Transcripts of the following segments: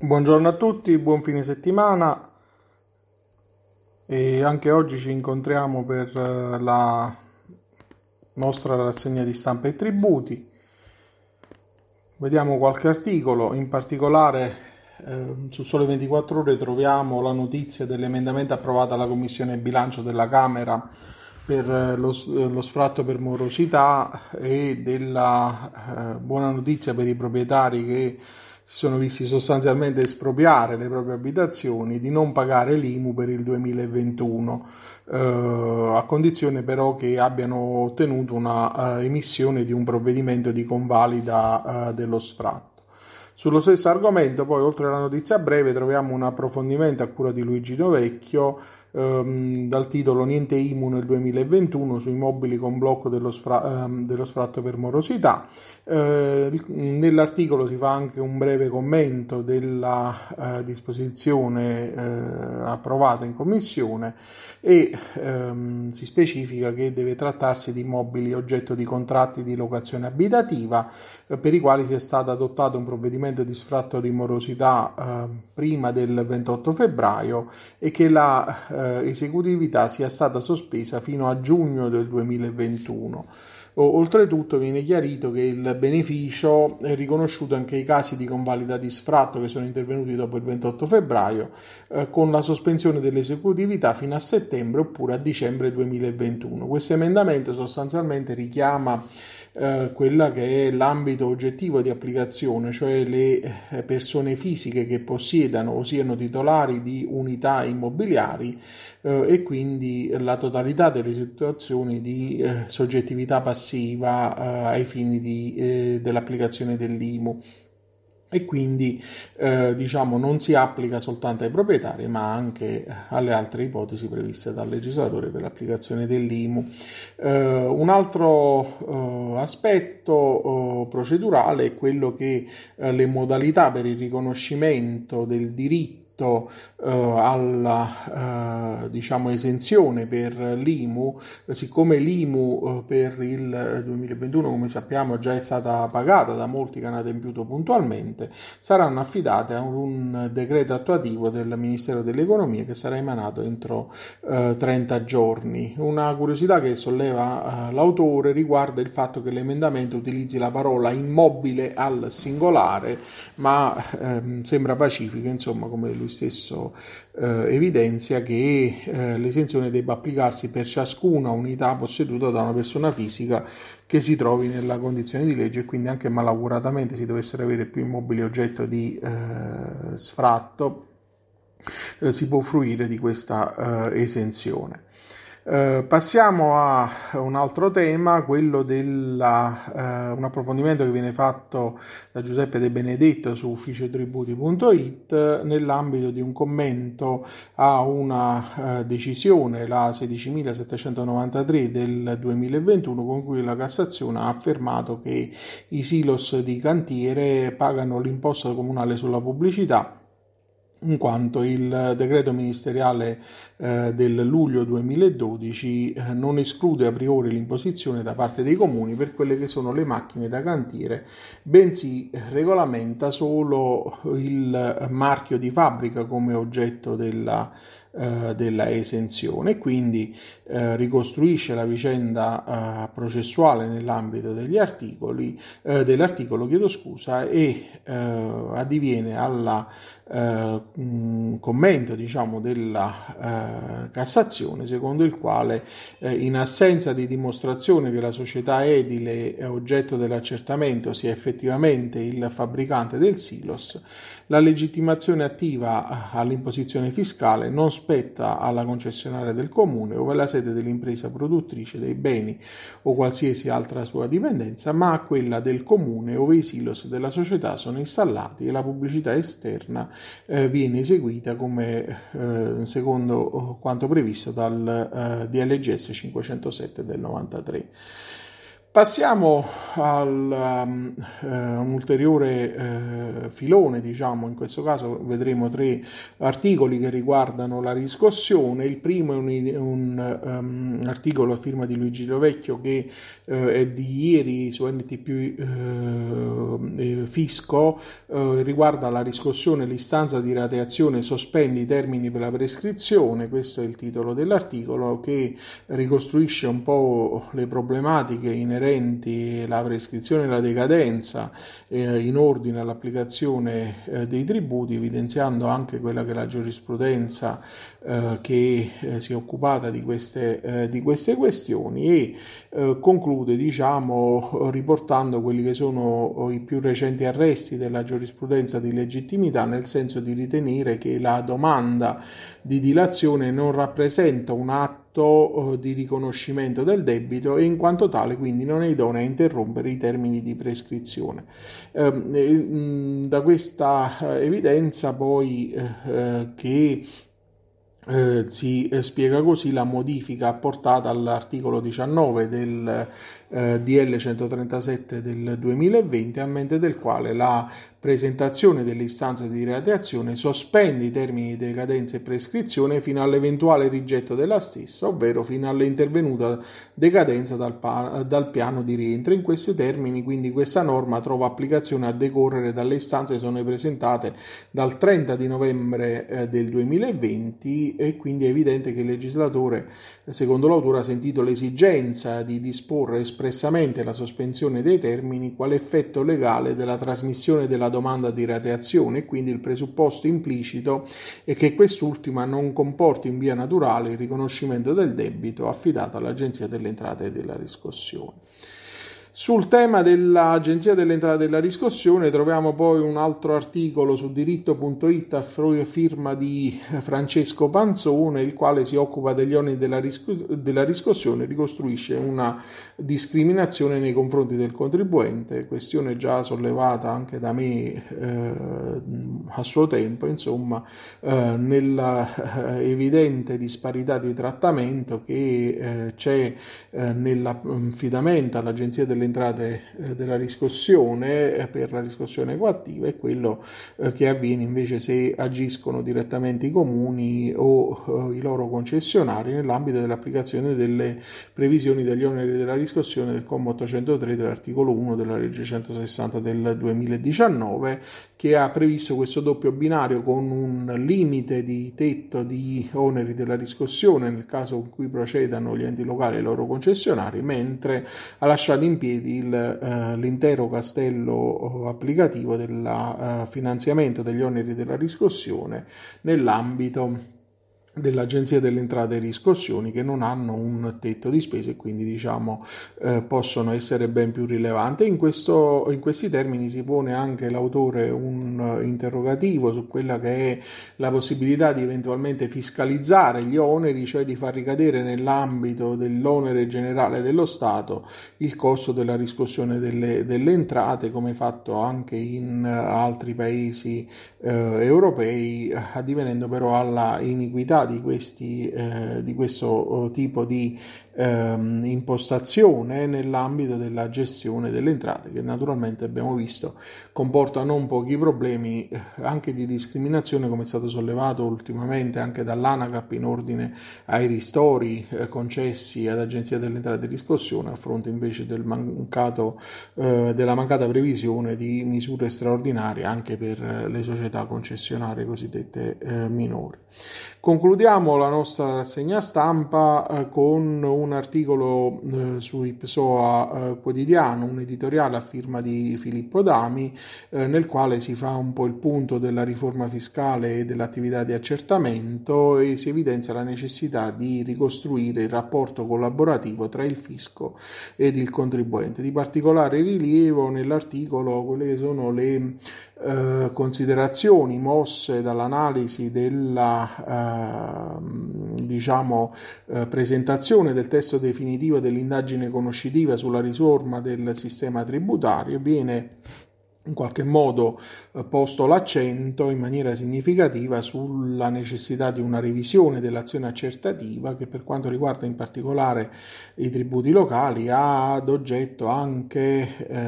Buongiorno a tutti, buon fine settimana e anche oggi ci incontriamo per la nostra rassegna di stampa e tributi. Vediamo qualche articolo, in particolare su Sole 24 Ore troviamo la notizia dell'emendamento approvato alla Commissione Bilancio della Camera per lo sfratto per morosità e della buona notizia per i proprietari che si sono visti sostanzialmente espropriare le proprie abitazioni di non pagare l'IMU per il 2021, a condizione però che abbiano ottenuto una emissione di un provvedimento di convalida dello sfratto. Sullo stesso argomento, poi, oltre alla notizia breve, troviamo un approfondimento a cura di Luigi Novecchio dal titolo Niente IMU nel 2021 sui mobili con blocco dello sfratto per morosità. Nell'articolo si fa anche un breve commento della disposizione approvata in commissione e si specifica che deve trattarsi di immobili oggetto di contratti di locazione abitativa per i quali sia stato adottato un provvedimento di sfratto di morosità prima del 28 febbraio e che la esecutività sia stata sospesa fino a giugno del 2021. Oltretutto viene chiarito che il beneficio è riconosciuto anche ai casi di convalida di sfratto che sono intervenuti dopo il 28 febbraio con la sospensione dell'esecutività fino a settembre oppure a dicembre 2021. Questo emendamento sostanzialmente richiama quella che è l'ambito oggettivo di applicazione, cioè le persone fisiche che possiedano o siano titolari di unità immobiliari e quindi la totalità delle situazioni di soggettività passiva ai fini dell'applicazione dell'IMU. E quindi non si applica soltanto ai proprietari ma anche alle altre ipotesi previste dal legislatore per l'applicazione dell'IMU. Un altro aspetto procedurale è quello che le modalità per il riconoscimento del diritto alla esenzione per l'IMU, siccome l'IMU per il 2021 come sappiamo già è stata pagata da molti che hanno adempiuto puntualmente, saranno affidate a un decreto attuativo del Ministero dell'Economia che sarà emanato entro 30 giorni. Una curiosità che solleva l'autore riguarda il fatto che l'emendamento utilizzi la parola immobile al singolare, ma sembra pacifico, insomma, come lui stesso evidenzia, che l'esenzione debba applicarsi per ciascuna unità posseduta da una persona fisica che si trovi nella condizione di legge e quindi anche malauguratamente si dovessero avere più immobili oggetto di sfratto si può fruire di questa esenzione. Passiamo a un altro tema, quello un approfondimento che viene fatto da Giuseppe De Benedetto su ufficiotributi.it nell'ambito di un commento a una decisione, la 16.793 del 2021, con cui la Cassazione ha affermato che i silos di cantiere pagano l'imposta comunale sulla pubblicità, in quanto il decreto ministeriale del luglio 2012 non esclude a priori l'imposizione da parte dei comuni per quelle che sono le macchine da cantiere, bensì regolamenta solo il marchio di fabbrica come oggetto della esenzione e quindi ricostruisce la vicenda processuale nell'ambito dell'articolo e addiviene alla commento della Cassazione, secondo il quale in assenza di dimostrazione che la società edile oggetto dell'accertamento sia effettivamente il fabbricante del silos, la legittimazione attiva all'imposizione fiscale non spetta alla concessionaria del comune ove è la sede dell'impresa produttrice dei beni o qualsiasi altra sua dipendenza, ma a quella del comune ove i silos della società sono installati e la pubblicità esterna viene eseguita come secondo quanto previsto dal DLGS 507 del 93. Passiamo a un ulteriore filone, diciamo. In questo caso vedremo 3 articoli che riguardano la riscossione. Il primo è un articolo a firma di Luigi Lovecchio che è di ieri su NTP Fisco, riguarda la riscossione, l'istanza di rateazione, sospendi i termini per la prescrizione. Questo è il titolo dell'articolo, che ricostruisce un po' le problematiche inerenti la prescrizione e la decadenza in ordine all'applicazione dei tributi, evidenziando anche quella che è la giurisprudenza che si è occupata di queste questioni, e conclude, diciamo, riportando quelli che sono i più recenti arresti della giurisprudenza di legittimità, nel senso di ritenere che la domanda di dilazione non rappresenta un atto di riconoscimento del debito e in quanto tale quindi non è idonea a interrompere i termini di prescrizione. Da questa evidenza poi che si spiega così la modifica apportata all'articolo 19 del DL 137 del 2020, a mente del quale la presentazione dell'istanza di rateazione sospende i termini di decadenza e prescrizione fino all'eventuale rigetto della stessa, ovvero fino all'intervenuta decadenza dal piano di rientro. In questi termini, quindi, questa norma trova applicazione a decorrere dalle istanze che sono presentate dal 30 di novembre del 2020, e quindi è evidente che il legislatore, secondo l'autore, ha sentito l'esigenza di disporre espressamente la sospensione dei termini quale effetto legale della trasmissione della domanda di rateazione, e quindi il presupposto implicito è che quest'ultima non comporti in via naturale il riconoscimento del debito affidato all'Agenzia delle Entrate e della Riscossione. Sul tema dell'Agenzia delle Entrate e della Riscossione troviamo poi un altro articolo su diritto.it a firma di Francesco Panzone, il quale si occupa degli oneri della riscossione e ricostruisce una discriminazione nei confronti del contribuente, questione già sollevata anche da me a suo tempo, insomma, nella evidente disparità di trattamento che c'è nell'affidamento all'Agenzia delle Entrate della Riscossione per la riscossione coattiva, e quello che avviene invece se agiscono direttamente i comuni o i loro concessionari nell'ambito dell'applicazione delle previsioni degli oneri della riscossione del comma 803 dell'articolo 1 della legge 160 del 2019, che ha previsto questo doppio binario con un limite di tetto di oneri della riscossione nel caso in cui procedano gli enti locali e i loro concessionari, mentre ha lasciato in piedi l'intero castello applicativo del finanziamento degli oneri della riscossione nell'ambito dell'Agenzia delle Entrate e Riscossioni, che non hanno un tetto di spese e quindi, diciamo, possono essere ben più rilevanti. In questi termini si pone anche l'autore un interrogativo su quella che è la possibilità di eventualmente fiscalizzare gli oneri, cioè di far ricadere nell'ambito dell'onere generale dello Stato il costo della riscossione delle entrate, come fatto anche in altri paesi europei, addivenendo però alla iniquità di questo tipo di impostazione nell'ambito della gestione delle entrate, che naturalmente abbiamo visto comporta non pochi problemi anche di discriminazione, come è stato sollevato ultimamente anche dall'ANACAP in ordine ai ristori concessi ad Agenzia delle Entrate e Riscossione, a fronte invece della mancata previsione di misure straordinarie anche per le società concessionarie cosiddette minori. Concludiamo la nostra rassegna stampa con un articolo su Ipsoa Quotidiano, un editoriale a firma di Filippo Dami, nel quale si fa un po' il punto della riforma fiscale e dell'attività di accertamento, e si evidenzia la necessità di ricostruire il rapporto collaborativo tra il fisco ed il contribuente. Di particolare rilievo nell'articolo quelle che sono le considerazioni mosse dall'analisi della presentazione del testo definitivo dell'indagine conoscitiva sulla riforma del sistema tributario. Viene in qualche modo posto l'accento in maniera significativa sulla necessità di una revisione dell'azione accertativa che, per quanto riguarda in particolare i tributi locali, ha ad oggetto anche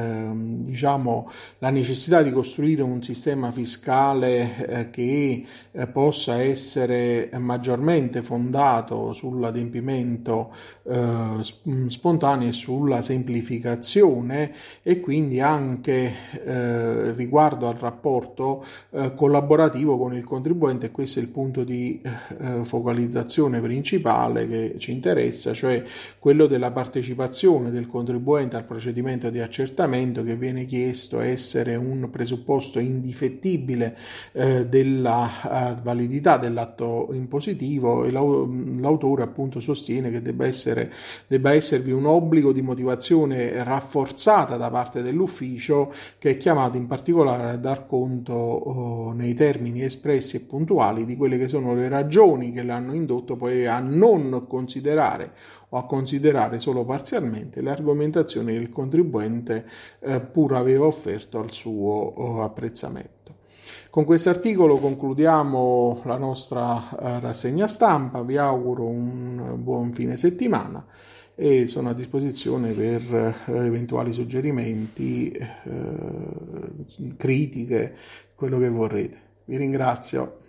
la necessità di costruire un sistema fiscale che possa essere maggiormente fondato sull'adempimento spontaneo e sulla semplificazione, e quindi anche riguardo al rapporto collaborativo con il contribuente. Questo è il punto di focalizzazione principale che ci interessa, cioè quello della partecipazione del contribuente al procedimento di accertamento, che viene chiesto essere un presupposto indifettibile della validità dell'atto impositivo, e l'autore appunto sostiene che debba esservi un obbligo di motivazione rafforzata da parte dell'ufficio, che è chiamato in particolare a dar conto nei termini espressi e puntuali di quelle che sono le ragioni che l'hanno indotto poi a non considerare o a considerare solo parzialmente le argomentazioni che il contribuente pur aveva offerto al suo apprezzamento. Con questo articolo concludiamo la nostra rassegna stampa. Vi auguro un buon fine settimana e sono a disposizione per eventuali suggerimenti, critiche, quello che vorrete. Vi ringrazio.